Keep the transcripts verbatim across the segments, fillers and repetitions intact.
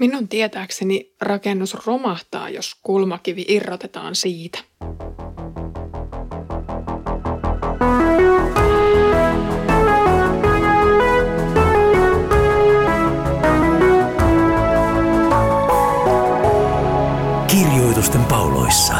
Minun tietääkseni rakennus romahtaa, jos kulmakivi irrotetaan siitä. Kirjoitusten pauloissa.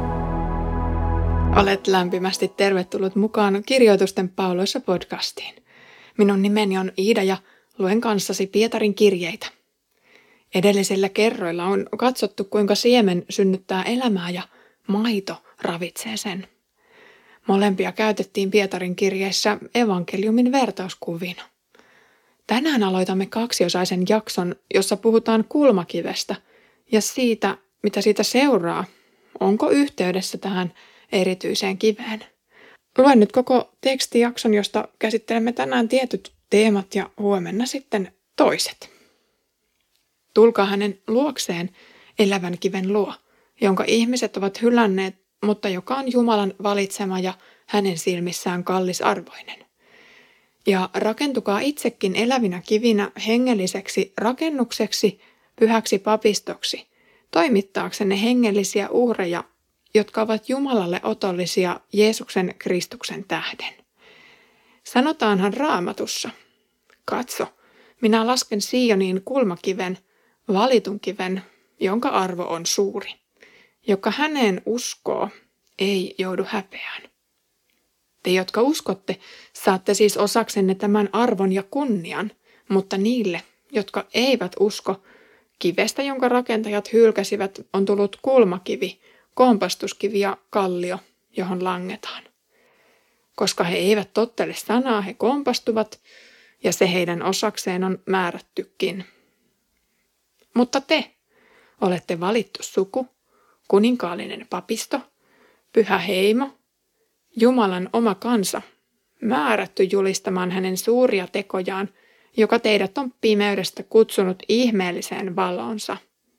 Olet lämpimästi tervetullut mukaan Kirjoitusten pauloissa podcastiin. Minun nimeni on Iida ja luen kanssasi Pietarin kirjeitä. Edellisillä kerroilla on katsottu, kuinka siemen synnyttää elämää ja maito ravitsee sen. Molempia käytettiin Pietarin kirjeissä evankeliumin vertauskuvina. Tänään aloitamme kaksiosaisen jakson, jossa puhutaan kulmakivestä ja siitä, mitä siitä seuraa. Onko yhteydessä tähän erityiseen kiveen? Luen nyt koko tekstijakson, josta käsittelemme tänään tietyt teemat ja huomenna sitten toiset. Tulkaa hänen luokseen elävän kiven luo, jonka ihmiset ovat hylänneet, mutta joka on Jumalan valitsema ja hänen silmissään kallisarvoinen. Ja rakentukaa itsekin elävinä kivinä hengelliseksi rakennukseksi, pyhäksi papistoksi, toimittaaksenne hengellisiä uhreja, jotka ovat Jumalalle otollisia Jeesuksen Kristuksen tähden. Sanotaanhan Raamatussa, katso, minä lasken Sioniin kulmakiven, valitun kiven, jonka arvo on suuri, joka häneen uskoo, ei joudu häpeään. Te, jotka uskotte, saatte siis osaksenne tämän arvon ja kunnian, mutta niille, jotka eivät usko, kivestä, jonka rakentajat hylkäsivät, on tullut kulmakivi, kompastuskivi ja kallio, johon langetaan. Koska he eivät tottele sanaa, he kompastuvat, ja se heidän osakseen on määrättykin. Mutta te olette valittu suku, kuninkaallinen papisto, pyhä heimo, Jumalan oma kansa, määrätty julistamaan hänen suuria tekojaan, joka teidät on pimeydestä kutsunut ihmeelliseen valonsa.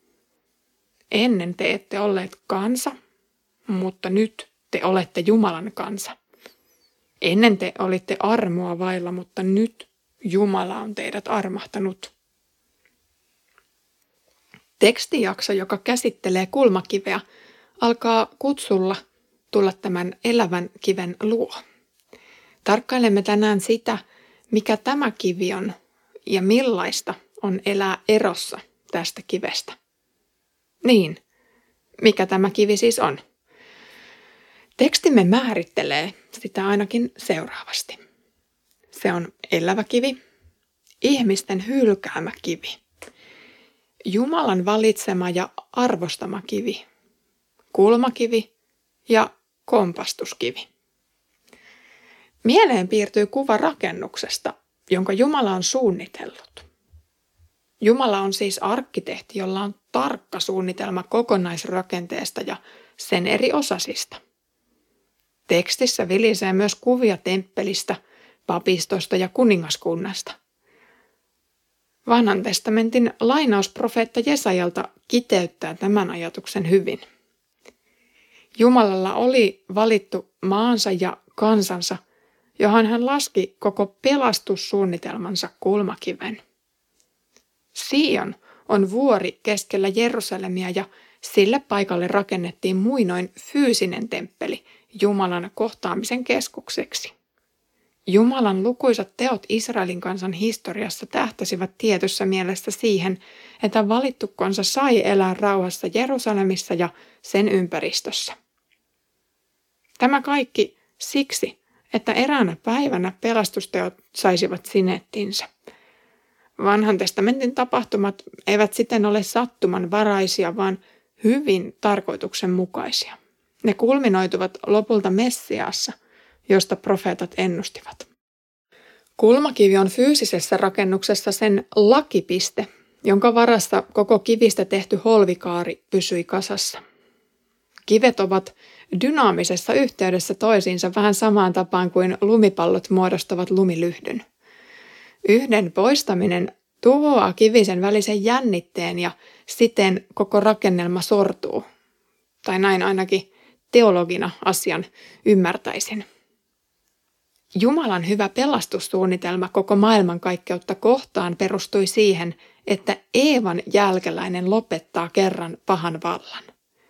Ennen te ette olleet kansa, mutta nyt te olette Jumalan kansa. Ennen te olitte armoa vailla, mutta nyt Jumala on teidät armahtanut. Tekstijakso, joka käsittelee kulmakiveä, alkaa kutsulla tulla tämän elävän kiven luo. Tarkkailemme tänään sitä, mikä tämä kivi on ja millaista on elää erossa tästä kivestä. Niin, mikä tämä kivi siis on? Tekstimme määrittelee sitä ainakin seuraavasti. Se on elävä kivi, ihmisten hylkäämä kivi, Jumalan valitsema ja arvostama kivi, kulmakivi ja kompastuskivi. Mieleen piirtyy kuva rakennuksesta, jonka Jumala on suunnitellut. Jumala on siis arkkitehti, jolla on tarkka suunnitelma kokonaisrakenteesta ja sen eri osasista. Tekstissä vilisee myös kuvia temppelistä, papistosta ja kuningaskunnasta. Vanhan testamentin lainaus profeetta Jesajalta kiteyttää tämän ajatuksen hyvin. Jumalalla oli valittu maansa ja kansansa, johon hän laski koko pelastussuunnitelmansa kulmakiven. Sion on vuori keskellä Jerusalemia ja sille paikalle rakennettiin muinoin fyysinen temppeli Jumalan kohtaamisen keskukseksi. Jumalan lukuisat teot Israelin kansan historiassa tähtäsivät tietyssä mielessä siihen, että valittu kansa sai elää rauhassa Jerusalemissa ja sen ympäristössä. Tämä kaikki siksi, että eräänä päivänä pelastusteot saisivat sinettinsä. Vanhan testamentin tapahtumat eivät siten ole sattumanvaraisia, vaan hyvin tarkoituksenmukaisia. Ne kulminoituvat lopulta Messiaassa, josta profeetat ennustivat. Kulmakivi on fyysisessä rakennuksessa sen lakipiste, jonka varassa koko kivistä tehty holvikaari pysyi kasassa. Kivet ovat dynaamisessa yhteydessä toisiinsa vähän samaan tapaan kuin lumipallot muodostavat lumilyhdyn. Yhden poistaminen tuhoaa kivisen välisen jännitteen ja siten koko rakennelma sortuu. Tai näin ainakin teologina asian ymmärtäisin. Jumalan hyvä pelastussuunnitelma koko maailmankaikkeutta kohtaan perustui siihen, että Eevan jälkeläinen lopettaa kerran pahan vallan.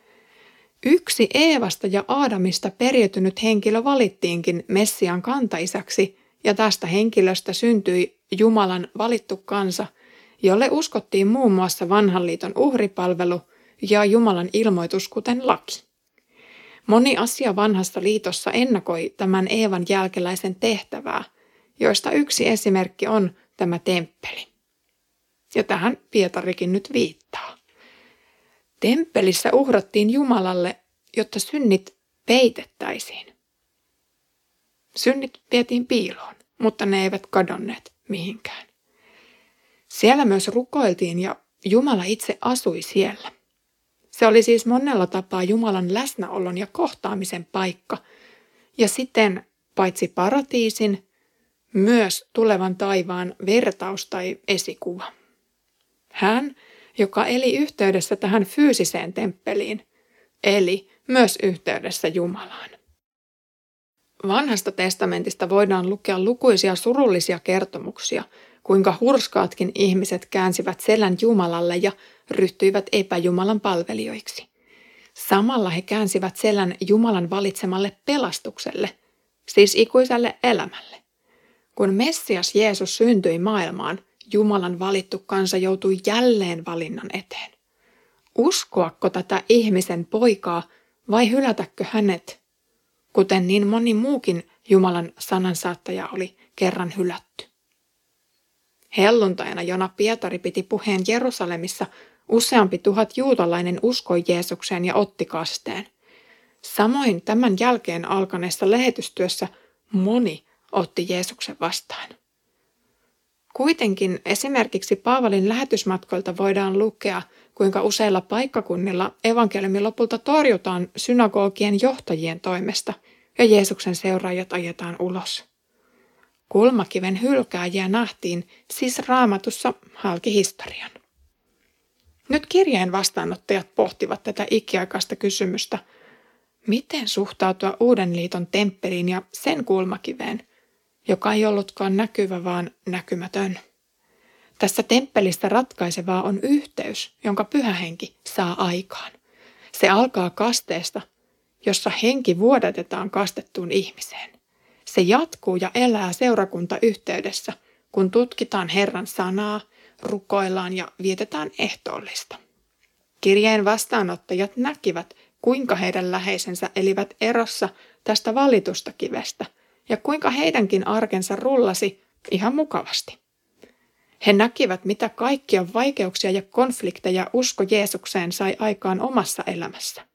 Yksi Eevasta ja Aadamista periytynyt henkilö valittiinkin Messian kantaisäksi, ja tästä henkilöstä syntyi Jumalan valittu kansa, jolle uskottiin muun muassa vanhan liiton uhripalvelu ja Jumalan ilmoitus, kuten laki. Moni asia vanhassa liitossa ennakoi tämän Eevan jälkeläisen tehtävää, joista yksi esimerkki on tämä temppeli. Ja tähän Pietarikin nyt viittaa. Temppelissä uhrattiin Jumalalle, jotta synnit peitettäisiin. Synnit vietiin piiloon, mutta ne eivät kadonneet mihinkään. Siellä myös rukoiltiin ja Jumala itse asui siellä. Se oli siis monella tapaa Jumalan läsnäolon ja kohtaamisen paikka, ja siten paitsi paratiisin, myös tulevan taivaan vertaus tai esikuva. Hän, joka eli yhteydessä tähän fyysiseen temppeliin, eli myös yhteydessä Jumalaan. Vanhasta testamentista voidaan lukea lukuisia surullisia kertomuksia, kuinka hurskaatkin ihmiset käänsivät selän Jumalalle ja ryhtyivät epäjumalan palvelijoiksi. Samalla he käänsivät selän Jumalan valitsemalle pelastukselle, siis ikuiselle elämälle. Kun Messias Jeesus syntyi maailmaan, Jumalan valittu kansa joutui jälleen valinnan eteen. Uskoako tätä ihmisen poikaa vai hylätäkö hänet, kuten niin moni muukin Jumalan sanansaattaja oli kerran hylätty? Helluntaina, jona Pietari piti puheen Jerusalemissa, useampi tuhat juutalainen uskoi Jeesukseen ja otti kasteen. Samoin tämän jälkeen alkaneessa lähetystyössä moni otti Jeesuksen vastaan. Kuitenkin esimerkiksi Paavalin lähetysmatkoilta voidaan lukea, kuinka useilla paikkakunnilla evankeliumi lopulta torjutaan synagogien johtajien toimesta ja Jeesuksen seuraajat ajetaan ulos. Kulmakiven hylkääjiä nähtiin siis Raamatussa halki historian. Nyt kirjeen vastaanottajat pohtivat tätä ikiaikaista kysymystä, miten suhtautua Uuden liiton temppeliin ja sen kulmakiveen, joka ei ollutkaan näkyvä, vaan näkymätön. Tässä temppelissä ratkaisevaa on yhteys, jonka Pyhä Henki saa aikaan. Se alkaa kasteesta, jossa henki vuodatetaan kastettuun ihmiseen. Se jatkuu ja elää seurakuntayhteydessä, kun tutkitaan Herran sanaa, rukoillaan ja vietetään ehtoollista. Kirjeen vastaanottajat näkivät, kuinka heidän läheisensä elivät erossa tästä valitusta kivestä ja kuinka heidänkin arkensa rullasi ihan mukavasti. He näkivät, mitä kaikkia vaikeuksia ja konflikteja usko Jeesukseen sai aikaan omassa elämässä.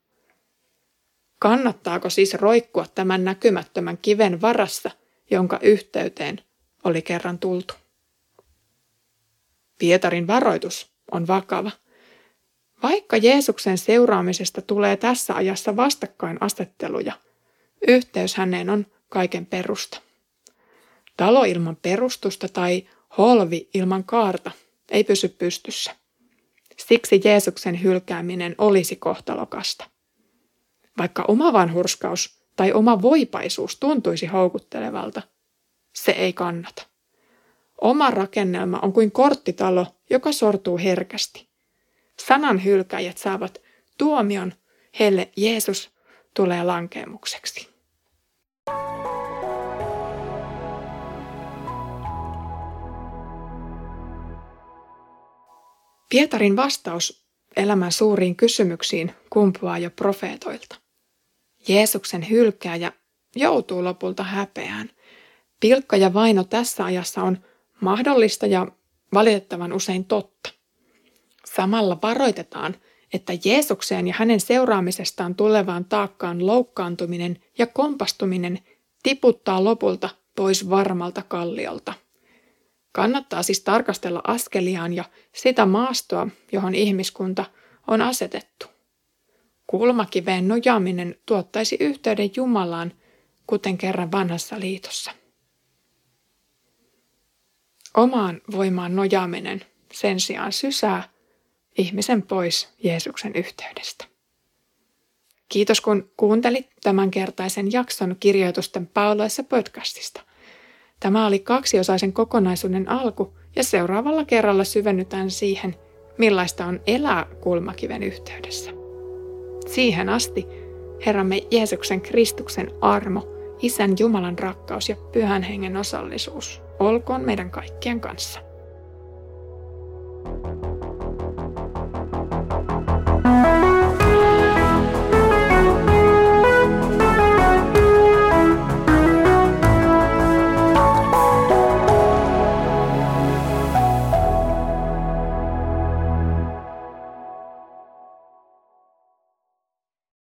Kannattaako siis roikkua tämän näkymättömän kiven varassa, jonka yhteyteen oli kerran tultu? Pietarin varoitus on vakava. Vaikka Jeesuksen seuraamisesta tulee tässä ajassa vastakkainasetteluja, yhteys häneen on kaiken perusta. Talo ilman perustusta tai holvi ilman kaarta ei pysy pystyssä. Siksi Jeesuksen hylkääminen olisi kohtalokasta. Vaikka oma vanhurskaus tai oma voipaisuus tuntuisi houkuttelevalta, se ei kannata. Oma rakennelma on kuin korttitalo, joka sortuu herkästi. Sanan hylkäjät saavat tuomion, heille Jeesus tulee lankeemukseksi. Pietarin vastaus elämän suuriin kysymyksiin kumpuaa jo profeetoilta. Jeesuksen hylkääjä joutuu lopulta häpeään. Pilkka ja vaino tässä ajassa on mahdollista ja valitettavan usein totta. Samalla varoitetaan, että Jeesukseen ja hänen seuraamisestaan tulevaan taakkaan loukkaantuminen ja kompastuminen tiputtaa lopulta pois varmalta kalliolta. Kannattaa siis tarkastella askeliaan ja sitä maastoa, johon ihmiskunta on asetettu. Kulmakiveen nojaaminen tuottaisi yhteyden Jumalaan, kuten kerran vanhassa liitossa. Omaan voimaan nojaaminen sen sijaan sysää ihmisen pois Jeesuksen yhteydestä. Kiitos kun kuuntelit tämänkertaisen jakson Kirjoitusten pauloissa podcastista. Tämä oli kaksiosaisen kokonaisuuden alku ja seuraavalla kerralla syvennytään siihen, millaista on elää kulmakiven yhteydessä. Siihen asti Herramme Jeesuksen Kristuksen armo, Isän Jumalan rakkaus ja Pyhän Hengen osallisuus olkoon meidän kaikkien kanssa.